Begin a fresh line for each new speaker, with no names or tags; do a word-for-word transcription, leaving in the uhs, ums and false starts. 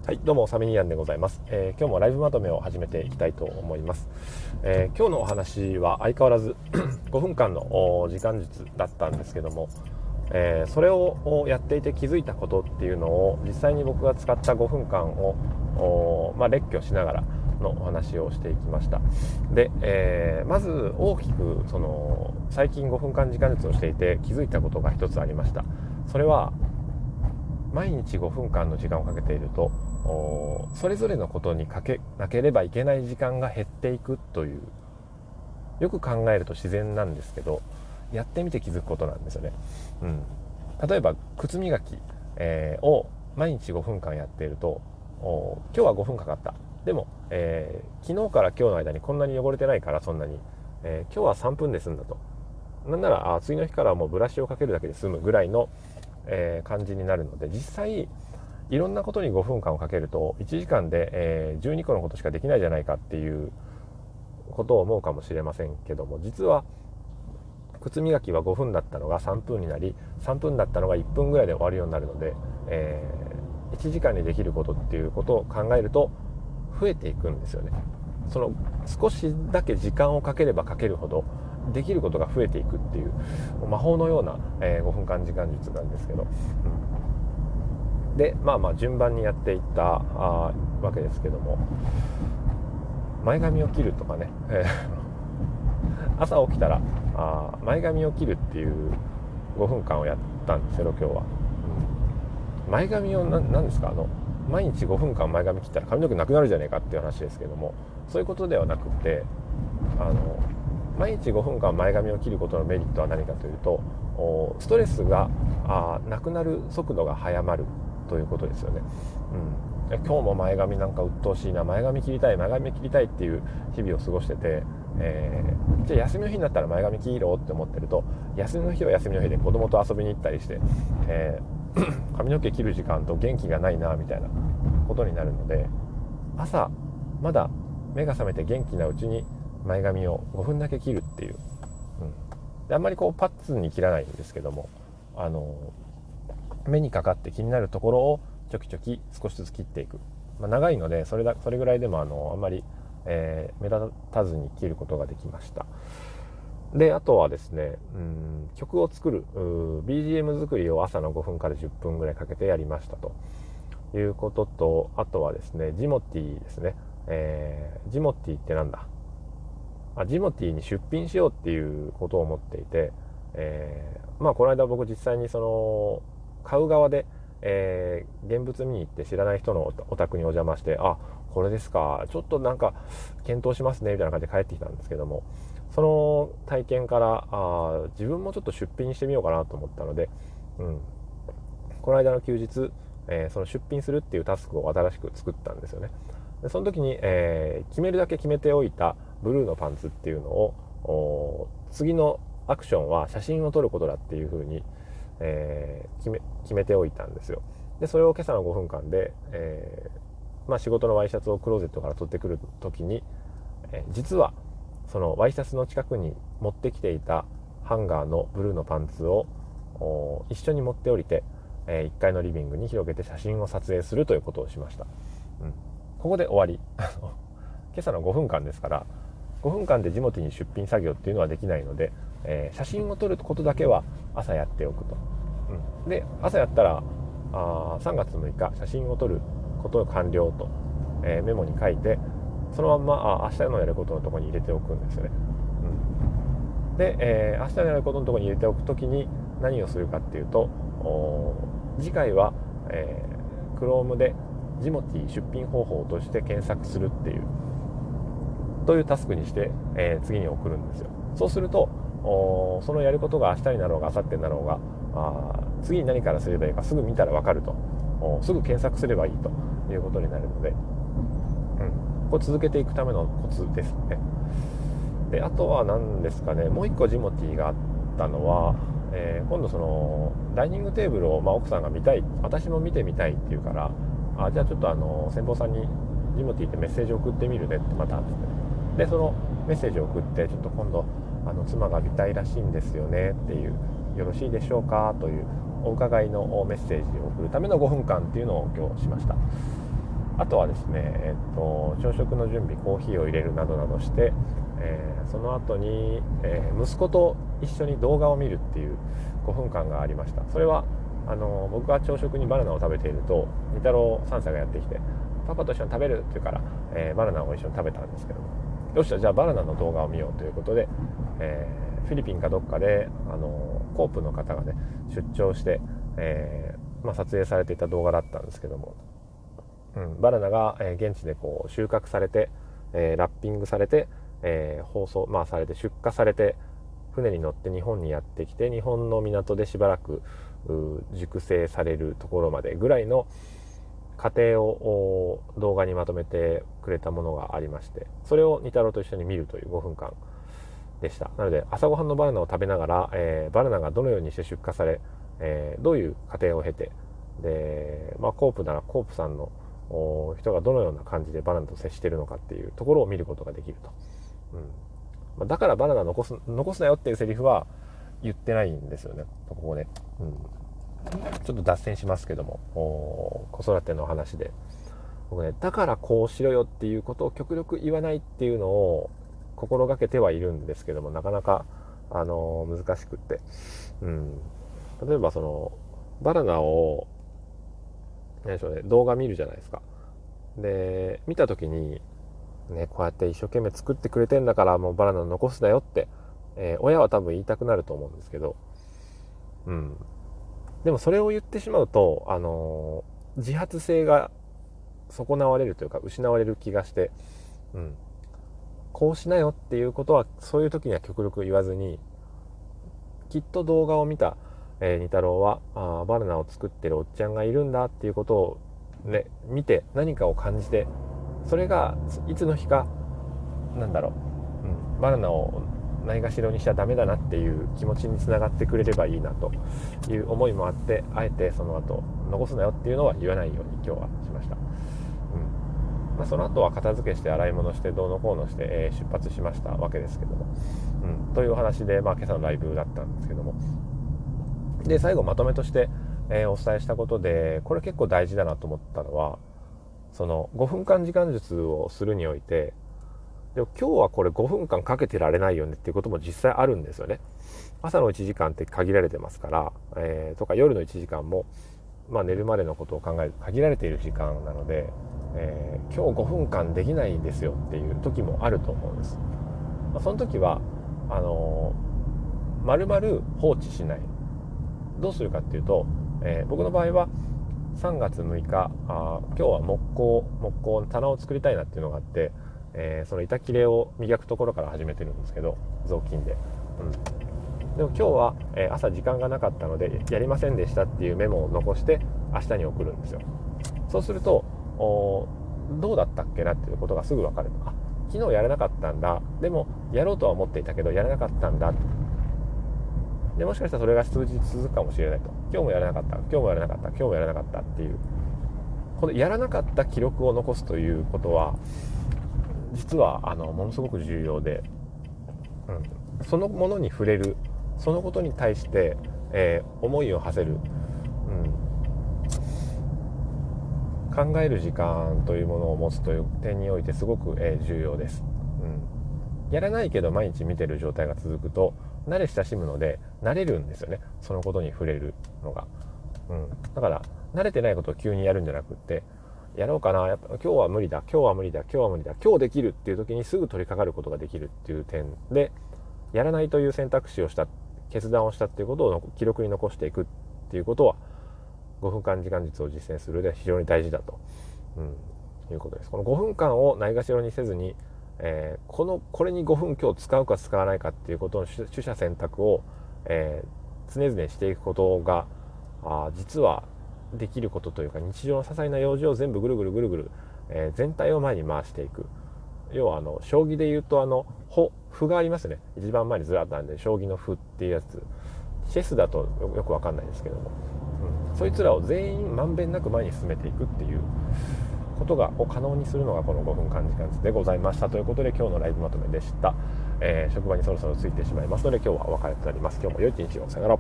はい、どうもサミニアンでございます、えー、今日もライブまとめを始めていきたいと思います、えー、今日のお話は相変わらずごふんかんの時間術だったんですけども、えー、それをやっていて気づいたことっていうのを実際に僕が使ったごふんかんを、まあ、列挙しながらのお話をしていきました。で、えー、まず大きくその最近ごふんかん時間術をしていて気づいたことが一つありました。それは毎日ごふんかんの時間をかけているとそれぞれのことにかけなければいけない時間が減っていくという、よく考えると自然なんですけどやってみて気づくことなんですよね。うん、例えば靴磨き、えー、を毎日ごふんかんやっていると今日はごふんかかった。でも、えー、昨日から今日の間にこんなに汚れてないからそんなに、えー、今日はさんぷんで済んだと。なんならあ次の日からはもうブラシをかけるだけで済むぐらいの、えー、感じになるので、実際いろんなことにごふんかんをかけるといちじかんで、えー、じゅうにこのことしかできないじゃないかっていうことを思うかもしれませんけども、実は靴磨きはごふんだったのがさんぷんになり、さんぷんだったのがいっぷんぐらいで終わるようになるので、えー、いちじかんにできることっていうことを考えると増えていくんですよね。その少しだけ時間をかければかけるほどできることが増えていくっていう魔法のような、えー、ごふんかん時間術なんですけど、うん、でまあまあ順番にやっていったあわけですけども、前髪を切るとかね、えー、朝起きたらあ前髪を切るっていうごふんかんをやったんですよ今日は。うん、前髪をな何ですかあの毎日ごふんかん前髪切ったら髪の毛なくなるじゃねえかっていう話ですけども、そういうことではなくて、あの毎日ごふんかん前髪を切ることのメリットは何かというと、ストレスがあなくなる速度が速まるということですよね。うん、今日も前髪なんか鬱陶しいな、前髪切りたい前髪切りたいっていう日々を過ごしてて、えー、じゃあ休みの日になったら前髪切ろうって思ってると、休みの日は休みの日で子供と遊びに行ったりして、えー髪の毛切る時間と元気がないなみたいなことになるので、朝まだ目が覚めて元気なうちに前髪をごふんだけ切るっていう、うん、であんまりこうパッツンに切らないんですけども、あの目にかかって気になるところをちょきちょき少しずつ切っていく、まあ、長いのでそれだそれぐらいでもあのあんまり、えー、目立たずに切ることができました。であとはですね、うん曲を作る ビージーエム 作りを朝のごふんからじゅっぷんぐらいかけてやりましたということと、あとはですねジモティーですね、えー、ジモティーってなんだあジモティーに出品しようっていうことを思っていて、えー、まあこの間僕実際にその買う側で、えー、現物見に行って知らない人のお宅にお邪魔して、あこれですかちょっとなんか検討しますねみたいな感じで帰ってきたんですけども、その体験からあ自分もちょっと出品してみようかなと思ったので、うん、この間の休日、えー、その出品するっていうタスクを新しく作ったんですよね。でその時に、えー、決めるだけ決めておいたブルーのパンツっていうのを次のアクションは写真を撮ることだっていう風に、えー、決め、決めておいたんですよ。でそれを今朝のごふんかんで、えーまあ、仕事のワイシャツをクローゼットから取ってくる時に、えー、実はそのワイシャツの近くに持ってきていたハンガーのブルーのパンツを一緒に持って降りて、えー、いっかいのリビングに広げて写真を撮影するということをしました。うん、ここで終わり今朝のごふんかんですから、ごふんかんでジモティに出品作業っていうのはできないので、えー、写真を撮ることだけは朝やっておくと。うん、で朝やったらあさんがつむいか写真を撮ることを完了と、えー、メモに書いてそのまんまあ明日のやることのところに入れておくんですよね。うん、で、えー、明日のやることのところに入れておくときに何をするかっていうと、次回は、えー、Chrome でジモティ出品方法として検索するっていうというタスクにして、えー、次に送るんですよ。そうするとそのやることが明日になろうが明後日になろうがあ次に何からすればいいかすぐ見たら分かると、すぐ検索すればいいということになるので、うん、こう続けていくためのコツですね。であとは何ですかね、もう一個ジモティがあったのは、えー、今度そのダイニングテーブルを、まあ、奥さんが見たい、私も見てみたいっていうから、あじゃあちょっとあの先方さんにジモティってメッセージ送ってみるねってまたってでそのメッセージを送って、ちょっと今度あの妻が見たいらしいんですよねっていう、よろしいでしょうかというお伺いのメッセージを送るためのごふんかんっていうのを今日しました。 あとはですね、えっと、朝食の準備、コーヒーを入れるなどなどして、えー、その後に、えー、息子と一緒に動画を見るっていうごふんかんがありました。それはあの僕が朝食にバナナを食べていると、二太郎さんさいがやってきて、パパと一緒に食べるって言うから、えー、バナナを一緒に食べたんですけども、よしじゃあバナナの動画を見ようということで、えー、フィリピンかどっかであのコープの方がね出張して、えーまあ、撮影されていた動画だったんですけども、うん、バナナが、えー、現地でこう収穫されて、えー、ラッピングされて、えー、包装、まあ、されて出荷されて、船に乗って日本にやってきて、日本の港でしばらく熟成されるところまでぐらいの過程を動画にまとめてくれたものがありまして、それを二太郎と一緒に見るというごふんかんでした。なので朝ごはんのバナナを食べながら、えー、バナナがどのようにして出荷され、えー、どういう過程を経て、で、まあ、コープならコープさんの人がどのような感じでバナナと接しているのかっていうところを見ることができると、うんまあ、だからバナナ残す残すなよっていうセリフは言ってないんですよね、ここで、うん、ちょっと脱線しますけども、子育ての話で僕ね、だからこうしろよっていうことを極力言わないっていうのを心がけてはいるんですけども、なかなか、あのー、難しくって、うん、例えばそのバナナを何でしょうね、動画見るじゃないですか。で見た時にね、こうやって一生懸命作ってくれてんだからもうバナナ残すなよって、えー、親は多分言いたくなると思うんですけど、うん、でもそれを言ってしまうと、あのー、自発性が損なわれるというか失われる気がして、うん、こうしなよっていうことはそういう時には極力言わずに、きっと動画を見た、えー、二太郎はあバナナを作ってるおっちゃんがいるんだっていうことを、ね、見て何かを感じて、それがいつの日かなんだろう、うん、バナナをないがしろにしちゃダメだなっていう気持ちにつながってくれればいいなという思いもあって、あえてその後残すなよっていうのは言わないように今日はしました。うんまあ、その後は片付けして洗い物してどうのこうのして、えー、出発しましたわけですけども、うん、というお話で、まあ、今朝のライブだったんですけども、で最後まとめとして、えー、お伝えしたことでこれ結構大事だなと思ったのは、そのごふんかん時間術をするにおいて、でも今日はこれごふんかんかけてられないよねっていうことも実際あるんですよね。朝のいちじかんって限られてますから、えー、とか夜のいちじかんも、まあ、寝るまでのことを考えると限られている時間なので、えー、今日ごふんかんできないんですよっていう時もあると思うんです。まあ、その時はあのー、丸々放置しない。どうするかっていうと、えー、僕の場合はさんがつむいか、あ今日は木工木工の棚を作りたいなっていうのがあって、えー、その板切れを磨くところから始めてるんですけど、雑巾で、うん、でも今日は、えー、朝時間がなかったのでやりませんでしたっていうメモを残して明日に送るんですよ。そうするとどうだったっけなっていうことがすぐ分かる。あ、昨日やらなかったんだ、でもやろうとは思っていたけどやらなかったんだ、でもしかしたらそれが数日続くかもしれないと。今日もやらなかった今日もやらなかった今日もやらなかったっていう、このやらなかった記録を残すということは実はあのものすごく重要で、うん、そのものに触れる、そのことに対して、えー、思いを馳せる、うん、考える時間というものを持つという点においてすごく、えー、重要です、うん、やらないけど毎日見てる状態が続くと慣れ親しむので慣れるんですよね、そのことに触れるのが、うん、だから慣れてないことを急にやるんじゃなくって、やろうかな、やっぱ今日は無理だ今日は無理だ今日は無理だ今日できるっていう時にすぐ取り掛かることができるっていう点で、やらないという選択肢をした決断をしたっていうことを記録に残していくっていうことはごふんかん時間術を実践する上で非常に大事だと、うん、いうことです。このごふんかんをないがしろにせずに、えー、このこれにごふん今日使うか使わないかっていうことの取捨選択を、えー、常々していくことがあ実はできることというか、日常の些細な用事を全部ぐるぐるぐるぐる、えー、全体を前に回していく。要はあの将棋でいうとあの歩歩がありますね、一番前にずらっとあるんで将棋の歩っていうやつ、チェスだとよくわかんないですけども、うん、そいつらを全員まんべんなく前に進めていくっていうことがを可能にするのがこのごふんかん時間でございましたということで、今日のライブまとめでした。えー、職場にそろそろついてしまいますので今日はお別れとなります。今日も良い一日を。さよなら。